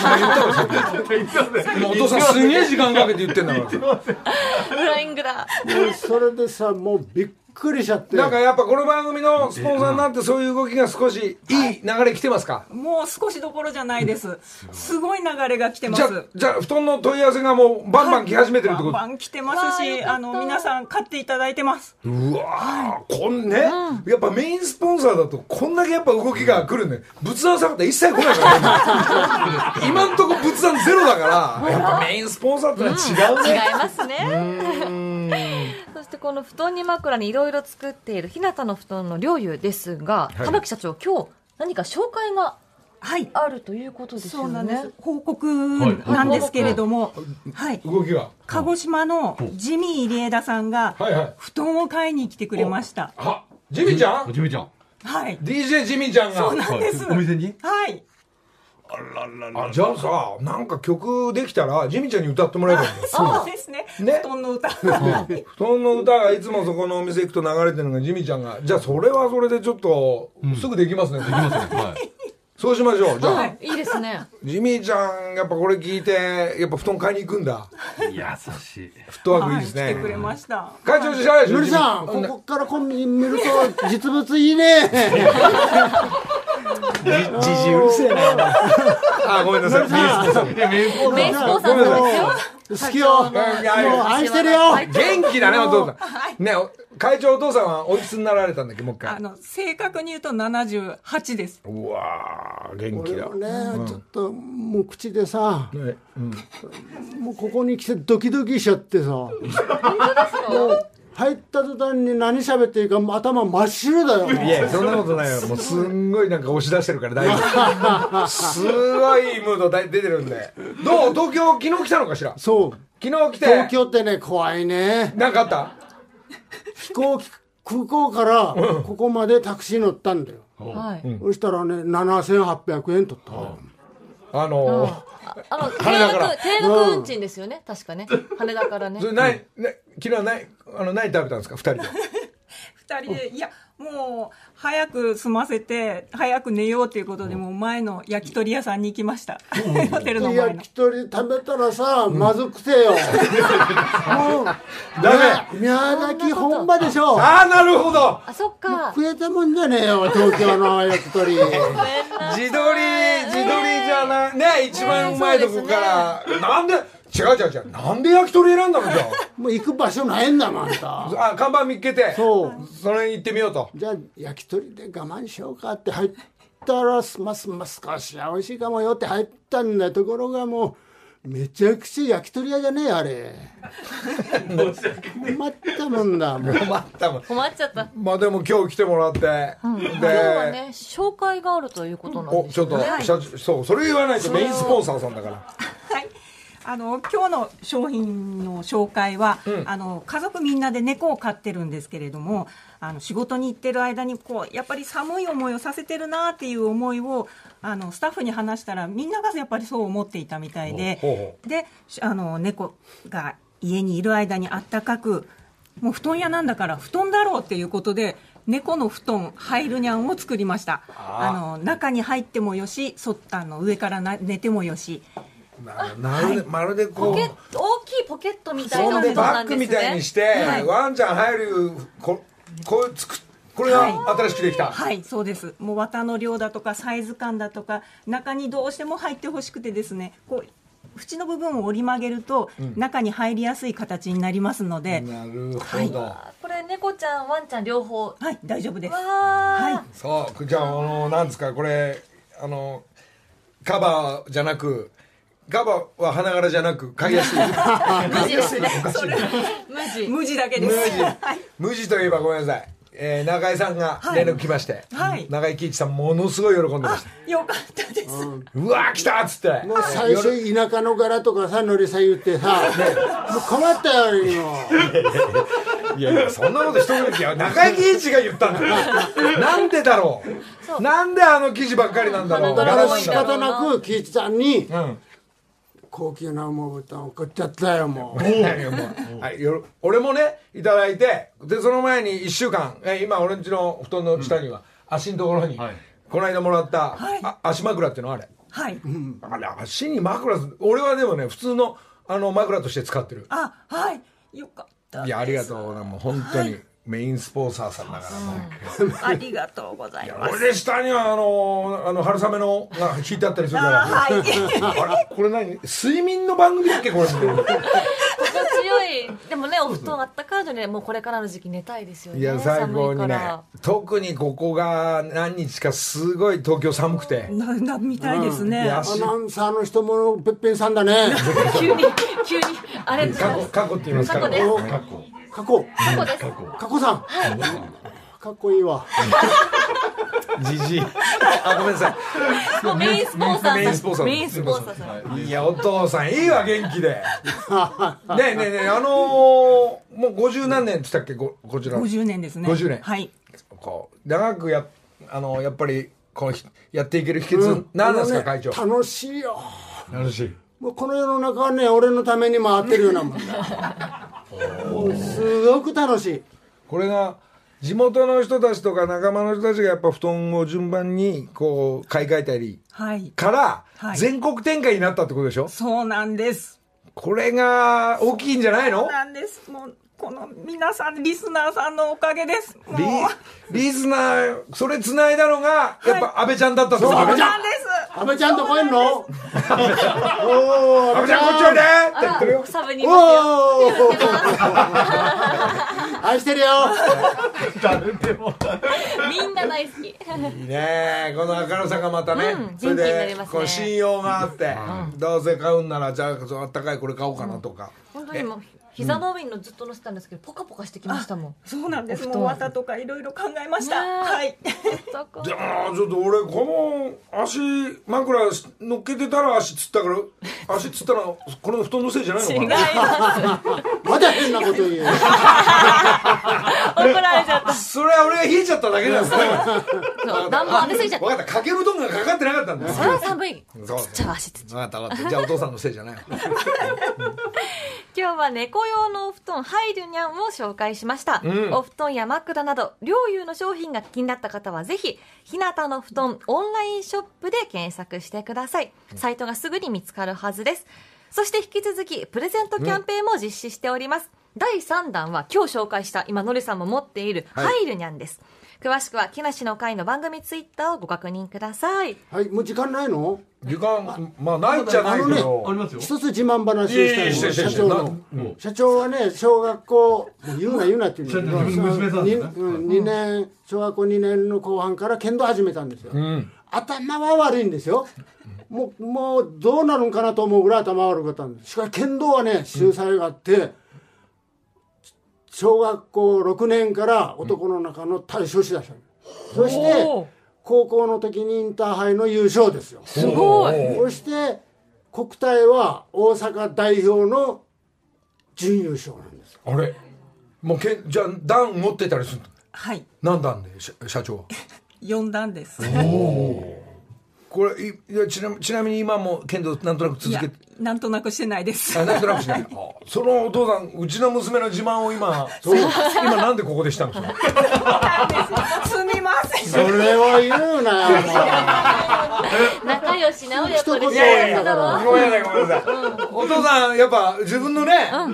お父さんすげえ時間かけて言ってんだから。フライングだ。 それでさもうびっくりしちゃって。 なんかやっぱこの番組のスポンサーになってそういう動きが少しいい流れ来てますか。 もう少しどころじゃないです。すごい流れが来てます。 じゃあ、じゃあ布団の問い合わせがもうバンバン来始めてるってこと。 バンバン来てますし、あの皆さん買っていただいてます。 うわー、はい、こんね、うん、やっぱメインスポンサーだとこんだけやっぱ動きが来るね。仏壇下がったら一切来ないからね。今んとこ仏壇ゼロだからやっぱメインスポンサーってのは違うね。 うん、違いますね。そしてこの布団に枕にいろいろ作っている日向の布団のりょうゆですが、はい、玉木社長今日何か紹介があるということですよね。そうなんです。 報告なんですけれども、 はい、動きが鹿児島のジミー入枝さんが布団を買いに来てくれました。 あ、ジミーちゃん？ ジミーちゃん。 はい。 ディージェー ジミーちゃんが。 そうなんです。 お店に？ はい。 あららら。あ、じゃあさ、なんか曲できたらジミーちゃんに歌ってもらえばいいんだよ。 そうですね。ね。布団の歌。布団の歌がいつもそこのお店行くと流れてるのがジミーちゃんが。じゃあそれはそれでちょっと、うん、すぐできますね。できますね。はい。そうしましょう。じゃあ、はい、 いいですね。 ジミーちゃんやっぱこれ聞いてやっぱ布団買いに行くんだ。 優しい。 フットワークいいですね。 はい、来てくれました。 会長じゃないでしょ。 ゆりさん、ここからコンビ見ると実物いいね。 じじうるせえな。あ、ごめんなさい。メイスポさん。 メイスポさんですよ。 好きよ。もう愛してるよ。 元気だねお父さん。ね、会長お父さんはおいくつになられたんだっけもう一回。 あの正確に言うとななじゅうはちです。 うわー元気だ。 俺もねちょっともう口でさ、もうここに来てドキドキしちゃってさ。本当ですか？入った途端に何喋っていいか頭真っ白だよ。 いやそんなことないよ。もうすんごいなんか押し出してるから大丈夫。すごいいいムード出てるんで。どう東京昨日来たのかしら。 そう昨日来て。 東京ってね怖いね。 なんかあった？ 飛行機空港からここまでタクシー乗ったんだよ。はい。そしたらねななせんはっぴゃくえん取った。 あのー。 あの、定羽田から額、定額運賃ですよね。確かね。羽田からねそ。れない、ね、昨日はない、あの、何食べたんですか、二人で。 二人で、いや、もう、早く済ませて、早く寝ようということで、もう前の焼き鳥屋さんに行きました。ホテルの前の。 焼き鳥食べたらさ、まずくてよ。もう、 ダメ。 宮崎本場でしょ。 ああ、なるほど。 あ、そっか。 食えたもんじゃねえよ、東京の焼き鳥。 地鶏、地鶏じゃない、ね、一番うまいとこから、なんで、違う違う違う、なんで焼き鳥選んだのじゃもう行く場所ないんだもん、あんた。 あ。あ、看板見っけて、 そう。 それに行ってみようと。 じゃあ、焼き鳥で我慢しようかって入ったら、ますます少しは美味しいかもよって入ったんだ。ところがもう、めちゃくちゃ焼き鳥屋じゃねえあれ。困ったもんだ、もう。 困ったもん。 困っちゃった。 まあでも今日来てもらって、 今日はね、紹介があるということなんお、 ですちょっと、社長そう、それ言わないとメインスポンサーさんだから。 はい。あの今日の商品の紹介は、うん、あの家族みんなで猫を飼ってるんですけれども、あの仕事に行ってる間にこうやっぱり寒い思いをさせてるなっていう思いをあのスタッフに話したら、みんながやっぱりそう思っていたみたいで、ほうほうであの猫が家にいる間にあったかく、もう布団屋なんだから布団だろうっていうことで、猫の布団ハイルニャンを作りました。あの中に入ってもよし、そあの上からな寝てもよし。 ななるで、はい、まるでこう大きいポケットみたいな布団でバッグみたいにして、はい、ワンちゃん入るここうつくこれが新しくできた。 はい、はい、そうです。もう綿の量だとかサイズ感だとか、中にどうしても入ってほしくてですね、こう縁の部分を折り曲げると、うん、中に入りやすい形になりますので。 なるほど、 はい、これ猫ちゃんワンちゃん両方、 はい大丈夫です。 はい、 そうじゃあ、あのなんですかこれ、あのカバーじゃなく、カバーは花柄じゃなく買いやすい。買いやすい。おかしい。 無地。 無地だけです。 無地。無地といえばごめんなさい。えー、中井さんが連絡来まして、はい、中井貴一さんものすごい喜んでました。 よかったです。うん、 うわー来たっつって。 もう最初田舎の柄とかさ、のりさ言ってさ、ね、もう困ったよ今。 いやいや、そんなこと一人で、いや中井貴一が言ったんだよ。なんでだろう。なんであの記事ばっかりなんだろう。 だから仕方なく貴一さんに、うん、高級な羽毛布団送っちゃったよもう。 はい、よ俺もねいただいて、でその前にいっしゅうかん、え今俺んちの布団の下には、うん、足のところに、はい、この間もらった、はい、あ足枕っていうのあれ、 はい、 あれ足に枕、俺はでもね普通のあの枕として使ってる。 あ、はいよかったです。 いやありがとうな、もう本当に、はい、メインスポンサーさんだからね。 ありがとうございます。 俺で下にはあのあの春雨のが引いてあったりするから。あ、はい、あれこれ何睡眠の番組だっけこれ。心地よい。でもねお布団あったかいので、もうこれからの時期寝たいですよね。 いや最高にね、特にここが何日かすごい東京寒くて。 ななみたいですね。 うん、アナウンサーの人もペッペンさんだね。 急に急にあれ過去過去って言いますから。 過去です。 過去過去です。 過去さん、はい、かっこいいわ。 じじい。あ、ごめんなさい。 もうメインスポンサーさん。 メインスポンサー。 メインスポンサーさん。 いや、お父さん、いいわ、元気で。ねえねえねえ、あのー、もうごじゅう何年って言ったっけ、ここちら。 ごじゅうねんですね。 ごじゅうねん。 はい。 こう、長くや、あのー、やっぱり、こう、やっていける秘訣、うん、何ですか、会長。 楽しいよ。 楽しい。 もうこの世の中はね、俺のために回ってるようなもんだ。すごく楽しい。 これが、地元の人たちとか仲間の人たちがやっぱ布団を順番にこう買い替えたりから全国展開になったってことでしょ。はい、 そうなんです。 これが大きいんじゃないの。 そうなんです。もうこの皆さんリスナーさんのおかげです。もうリ, リスナーそれ繋いだのがやっぱ安倍ちゃんだったってこと。 そうなんです。 安倍ちゃんとこいんの。おー安倍ちゃんこっちおいでって言ってるよ。 サブにいますよ。 愛してるよ。 みんな大好き。いいね、この明るさがまたね、 うん、 それでこう信用があって、うん、どうせ買うんならじゃああったかいこれ買おうかなとか、 うん、本当にもう膝の上にのずっと乗せたんですけど、ポカポカしてきましたもん。 そうなんです。もう綿とかいろいろ考えました。はい。 じゃあちょっと俺この足枕乗っけてたら足つったから足つったらこの布団のせいじゃないのかな。 違います。 まだ変なこと言う。 怒られちゃった。 それは俺が冷えちゃっただけなんですね。 そう暖房上げすぎちゃった。 分かった、掛け布団がかかってなかったんだよ。 それは寒い。 そうちっちゃい足つっちゃう。 分かった分かった。じゃあお父さんのせいじゃない。 今日は猫用のお布団ハイルニャンを紹介しました、うん、お布団や枕など両友の商品が気になった方はぜひひなたの布団オンラインショップで検索してください。サイトがすぐに見つかるはずです。そして引き続きプレゼントキャンペーンも実施しております、うん、だいさんだんは今日紹介した今のりさんも持っているハイルニャンです、はい、詳しくは木梨の会の番組ツイッターをご確認ください。 はい、もう時間ないの？ 時間まあないじゃないけど、 あのね、一つ自慢話をしたいの。社長の、うん、社長はね小学校言うな言うなって言うんだけど、娘さんですね、にねん小学校にねんの後半から剣道始めたんですよ、うん、頭は悪いんですよ。もうもうどうなるんかなと思うぐらい頭悪かったんです。しかし剣道はね秀才があって、うん、小学校ろくねんから男の中の大将しだしたの、うん、そして高校の時にインターハイの優勝ですよ。 すごい。 そして国体は大阪代表の準優勝なんです。 あれもうけじゃあ段持ってたりするの？ はい。 何段で社長は？ よんだんです。おお。これいやちなちなみに今も剣道なんとなく続けて、 なんとなくしてないです。 あ、なんとなくしてない。そのお父さんうちの娘の自慢を今そう今なんでここでしたんですか？ すみません。 それを言うなよ。 仲良しな親子で。 いやいやごめんなさいごめんなさい、うん、お父さんやっぱ自分のね、うん、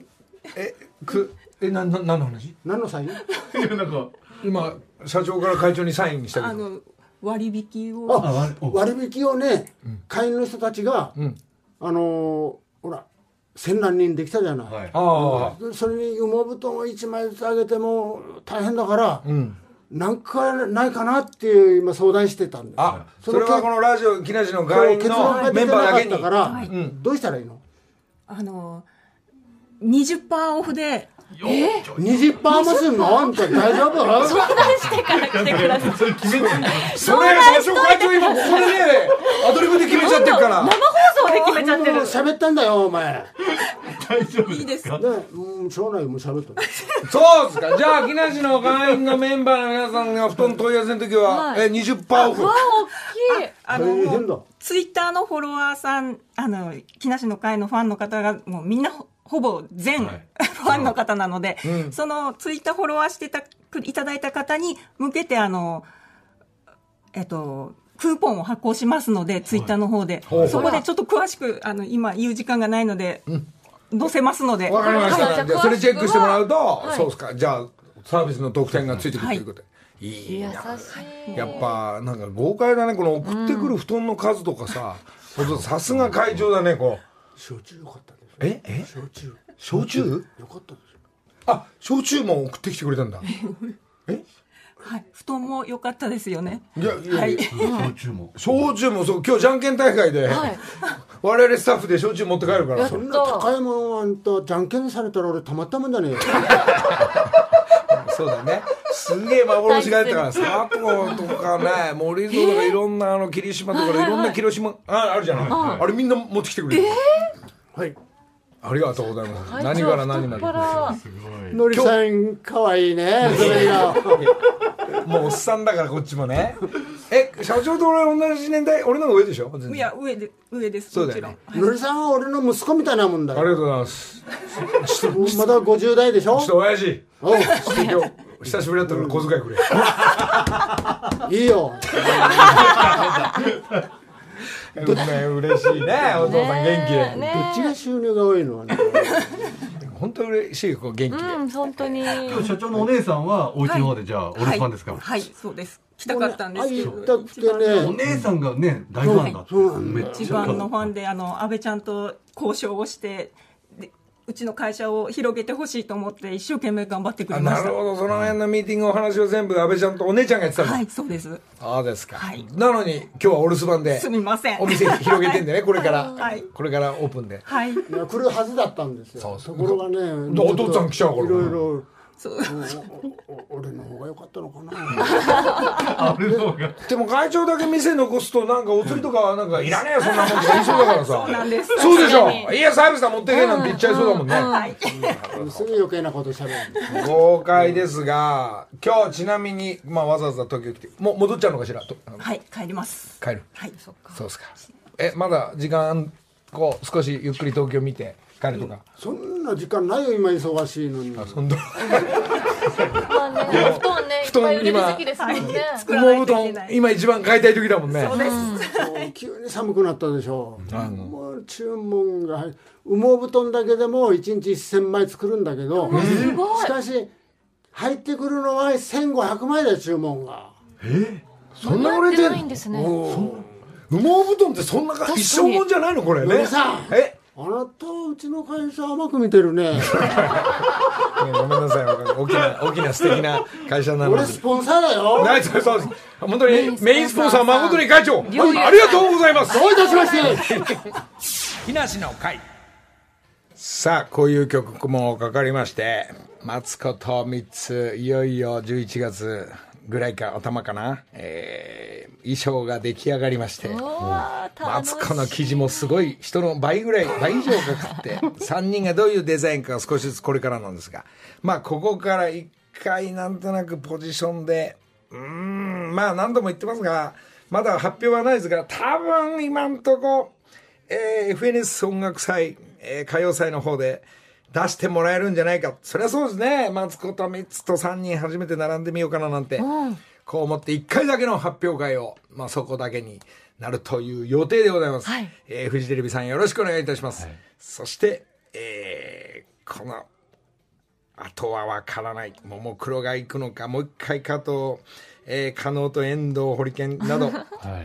えくえなな何の話？ 何のサイン？いやなんか今社長から会長にサインしたけど。あの割引をあ割引をね、うん、会員の人たちが、うん、あのー、ほら千何人できたじゃない、はい、あそれに羽毛布団をいちまいずつあげても大変だから、うん、なんかないかなっていう今相談してたんです。 あそれはこのラジオ木梨の会員のメンバーだけにから、はい、うん、どうしたらいいの？ あのー、にじゅっパーセント オフでえ にじゅっパーセント もすんの？あんた大丈夫？ 相談してから来てください。それ決めてそれ社長会長今ここでねアドリブで決めちゃってるから生放送で決めちゃってる。 喋ったんだよお前。 大丈夫いいですか？ ね、うん、しょうがないもう喋った。 そうですか。じゃあ木梨の会員のメンバーの皆さんが布団問い合わせの時は、はい、え にじゅっパーセント オフ。 わあ大きい。 あのツイッターのフォロワーさんあの木梨の会のファンの方がもうみんなほぼ全、はい、ファンの方なので、うん、そのツイッターフォロワーしてたいただいた方に向けてあの、えっと、クーポンを発行しますのでツイッターの方で、はい、そこでちょっと詳しくあの今言う時間がないので、うん、載せますので。 わかりました、はい、じゃあそれチェックしてもらうと、はい、そうですか。じゃあサービスの特典がついてくるということで、はい、いいな。優しい。やっぱなんか豪快だねこの送ってくる布団の数とかさ、さすが会長だねこう。 焼酎よかったです。 ええ焼酎焼酎よかったですよ。 あ焼酎も送ってきてくれたんだ。えはい布団も良かったですよね。 いやいや、 はい、 焼酎も焼酎もそう今日じゃんけん大会で、はい、我々スタッフで焼酎持って帰るから。 そんな高いもんあんたじゃんけんされたら俺たまったもんじゃねえよ。 そうだね。すげえ幻がやったから佐藤とかね森蔵とかいろんなあの霧島とかいろんな広島ああるじゃない、はい、あれみんな持ってきてくれる、えー、はいありがとうございます。何から何まで。 のりさん可愛いね。それがもうおっさんだからこっちもね。え社長と俺同じ年代俺の方が上でしょ？ いや上で上です。 そうだよね。 のりさんは俺の息子みたいなもんだよ。 ありがとうございます。 まだごじゅう代でしょ？ ちょっと親父。おう今日久しぶりだったから小遣いくれ。 いいよ。 ね、嬉しいねお父さん元気で、 ね、どっちが収入が多いの？ 本当に嬉しいこう元気で、 うん、本当に社長のお姉さんはお家の方でじゃあ、はい、お留守番ですか？ はい、はい、そうです来たかったんですけど、 ね、 お姉さんがね大ファンだっためっちゃ一番のファンであの安倍ちゃんと交渉をしてうちの会社を広げてほしいと思って一生懸命頑張ってくれました。 なるほどその辺のミーティングお話を全部安倍ちゃんとお姉ちゃんがやってたの？ はいそうです。 ああですか、はい、なのに今日はお留守番ですみませんお店広げてんでねこれから、はい、これからオープンで、 はい、いや来るはずだったんですよ。ところがねお父さん来ちゃうからいろいろそうおお俺の方が良かったのかな。 あるのがでも会長だけ店残すとなんかお釣りとかはなんかいらねえよそんなもんとか言いそうだからさ。 そうなんです。 そうでしょ。いやサービスは持ってけなんて言っちゃいそうだもんね。 はい。 すぐ余計なこと喋る。 豪快ですが、今日ちなみにまあわざわざ東京来てもう戻っちゃうのかしらと。 はい帰ります。 帰る。 はい。 そっか。 そうですか。えまだ時間こう少しゆっくり東京見て帰るとか。 そんな時間ないよ今忙しいのに。 あそんな。 まあね、布団ね、いっぱい売れる時期ですもんね。 作らな羽毛布団いといけない。 今一番買いたい時だもんね。 そうです。 そう急に寒くなったでしょ。もう注文が入羽毛布団だけでもいちにちせんまい作るんだけど、 すごいし。かし入ってくるのはせんごひゃくまいだよ注文が。 そんな売れててるないんですね。 羽毛布団ってそんなか一生もんじゃないのこれね。 森さんえあなたうちの会社甘く見てるね。 ごめんなさい大きな大きな素敵な会社なので。 俺スポンサーだよ。 ナイスそうです。本当にメインスポンサー誠に会長、 両友さんありがとうございます。 どういたしまして。 木梨の会。さあこういう曲もかかりまして、マツコとみっついよいよじゅういちがつぐらいか頭かな、えー、衣装が出来上がりまして。 うわーマツコの生地もすごい人の倍ぐらい倍以上かかってさんにんがどういうデザインか少しずつこれからなんですが、まあここからいっかいなんとなくポジションでうーんまあ何度も言ってますがまだ発表はないですが多分今んとこ、えー、エフエヌエス 音楽祭、えー、歌謡祭の方で出してもらえるんじゃないか。そりゃそうですね。マツコとみっつとさんにん初めて並んでみようかななんて、うん、こう思っていっかいだけの発表会を、まあ、そこだけになるという予定でございます、はい。えー、フジテレビさんよろしくお願いいたします、はい、そして、えー、このあとは分からないももクロが行くのかもう一回加藤、えー、加納と遠藤ホリケンなど、はい、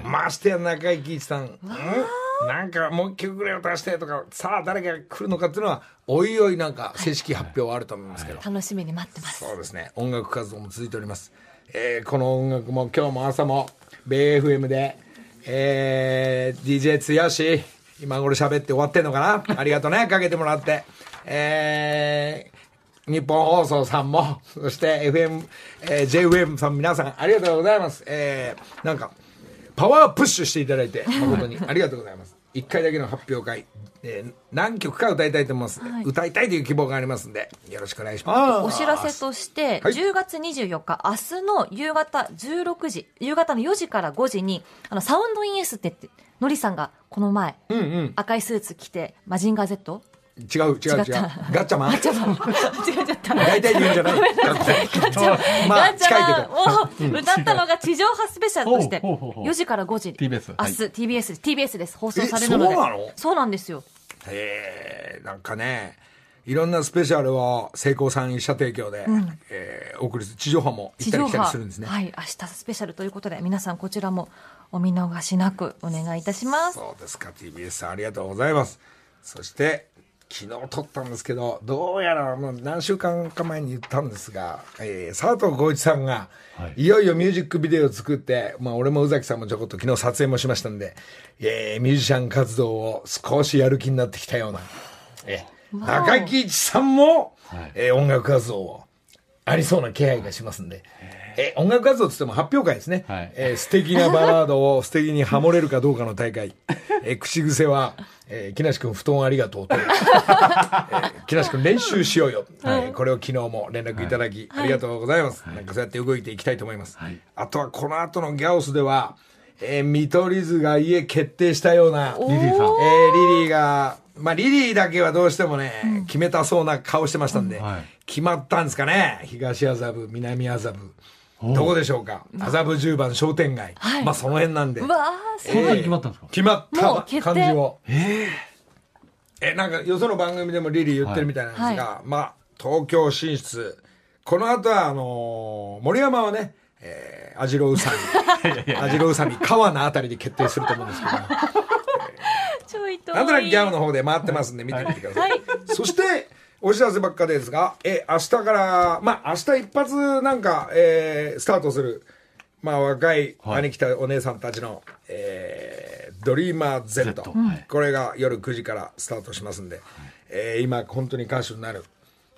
ましてや中井貴一さん、うんなんかもう一曲ぐらいを出してとかさあ誰が来るのかっていうのはおいおいなんか正式発表はあると思いますけど、 はいはい、楽しみに待ってます。 そうですね。音楽活動も続いております、えー、この音楽も今日も朝もベイ エフエム で、えー、ディージェー つやし今頃喋って終わってんのかなありがとうねかけてもらって、えー、日本放送さんもそして エフエム、えー、ジェイエフエム さん皆さんありがとうございます、えー、なんかパワープッシュしていただいて誠にありがとうございます。いっかいだけの発表会、えー、何曲か歌いたいと思います、はい、歌いたいという希望がありますのでよろしくお願いします。 お知らせとして、はい、じゅうがつにじゅうよっか明日の夕方じゅうろくじ夕方のよじからごじにあのサウンドインエースって言ってのりさんがこの前、うんうん、赤いスーツ着てマジンガー Z 違う違う違うガッチャマンガッチャマン違っちゃった大体言うんじゃないガッチャマンまあ近いけどを歌ったのが地上波スペシャルとしてよじからごじティービーエス明日 ティービーエス ティービーエス です放送されるので。 そうなの？ そうなんですよ。 へえなんかねいろんなスペシャルを聖光さん一社提供で、うんえー、お送りする地上波も行ったり来たりするんですね。 はい明日スペシャルということで皆さんこちらもお見逃しなくお願いいたします。 そうですか ティービーエス さんありがとうございます。そして昨日撮ったんですけどどうやらもう何週間か前に言ったんですが、えー、佐藤浩市さんが、はい、いよいよミュージックビデオを作って、まあ、俺も宇崎さんもちょこっと昨日撮影もしましたんで、えー、ミュージシャン活動を少しやる気になってきたような、えー、中井貴一さんも、はいえー、音楽活動をありそうな気配がしますんで、えー、音楽活動といっても発表会ですね、はいえー、素敵なバラードを素敵にハモれるかどうかの大会、えー、口癖はえー、木梨君布団ありがとうと、えー、木梨君練習しようよ、はいえー、これを昨日も連絡いただき、はい、ありがとうございます、はい、なんかそうやって動いていきたいと思います、はい、あとはこの後のギャオスでは、えー、見取り図が家決定したようなリリーさん、えー、リリーがまあリリーだけはどうしてもね、うん、決めたそうな顔してましたんで、うんはい、決まったんですかね。東麻布南麻布どこでしょうか。麻布十番商店街、はい、まあその辺なんでうわーそんなに決まったんですか。 決まった感じをえー、えなんかよその番組でもリリー言ってるみたいなんですが、はいはい、まあ東京進出この後はあのー、森山はね、えー、網代宇佐美網代宇佐美川名あたりで決定すると思うんですけど、えー、 ちょいとなんとなくギャオの方で回ってますんで見てみてください、はい、そしてお知らせばっかですが、え明日からまあ明日一発なんか、えー、スタートする、まあ、若い兄貴とお姉さんたちの、はいえー、ドリーマー Z, Z、はい、これが夜くじからスタートしますんで、はいえー、今本当に歌手になる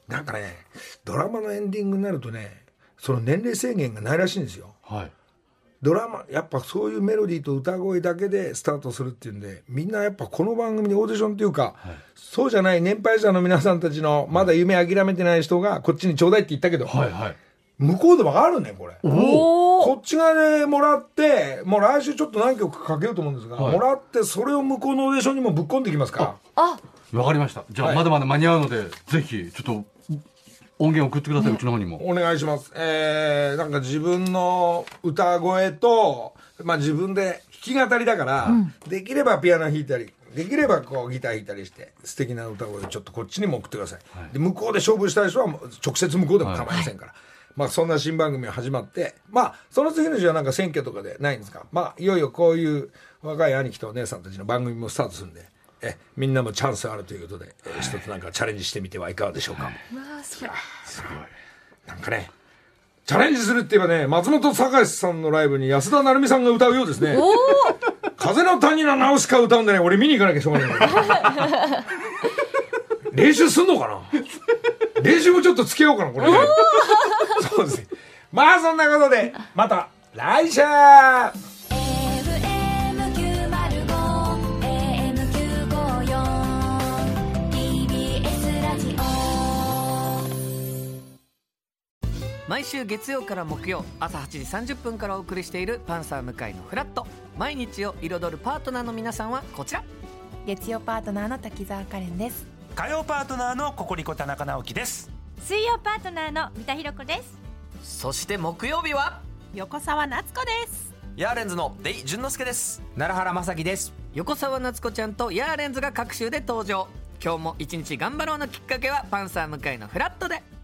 なんかねドラマのエンディングになるとねその年齢制限がないらしいんですよ、はい、ドラマやっぱそういうメロディーと歌声だけでスタートするっていうんでみんなやっぱこの番組にオーディションっていうか、はい、そうじゃない年配者の皆さんたちのまだ夢諦めてない人がこっちにちょうだいって言ったけど、はいはい、向こうで分かるねこれ。おこっち側でもらってもう来週ちょっと何曲かけようと思うんですが、はい、もらってそれを向こうのオーディションにもぶっ込んできますから。 あ分かりました。じゃあ、はい、まだまだ間に合うのでぜひちょっと音源送ってください、うん、うちの方にもお願いします。えー、なんか自分の歌声と、まあ、自分で弾き語りだから、うん、できればピアノ弾いたりできればこうギター弾いたりして素敵な歌声をちょっとこっちにも送ってください、はい、で向こうで勝負したい人は直接向こうでも構いませんから、はい、まあ、そんな新番組が始まってまあその次の日はなんか選挙とかでないんですか。まあいよいよこういう若い兄貴とお姉さんたちの番組もスタートするんでえみんなもチャンスあるということで、えー、一つなんかチャレンジしてみてはいかがでしょうか。わあすごいすごいなんかねチャレンジするって言えばね松本隆さんのライブに安田成美さんが歌うようですね。お風の谷のナウシカ歌うんでね俺見に行かなきゃしょうがない練習すんのかな練習もちょっとつけようかなこれ、ね、そうですね。まあそんなことでまた来週毎週月曜から木曜朝はちじさんじゅっぷんからお送りしているパンサー向井のフラット。毎日を彩るパートナーの皆さんはこちら。 月曜パートナーの滝沢カレンです。 火曜パートナーのココリコ田中直樹です。 水曜パートナーの三田寛子です。 そして木曜日は横澤夏子です。 ヤーレンズのデイ淳之介です。 奈良原正樹です。 横澤夏子ちゃんとヤーレンズが各週で登場。今日も一日頑張ろうのきっかけはパンサー向井のフラットで。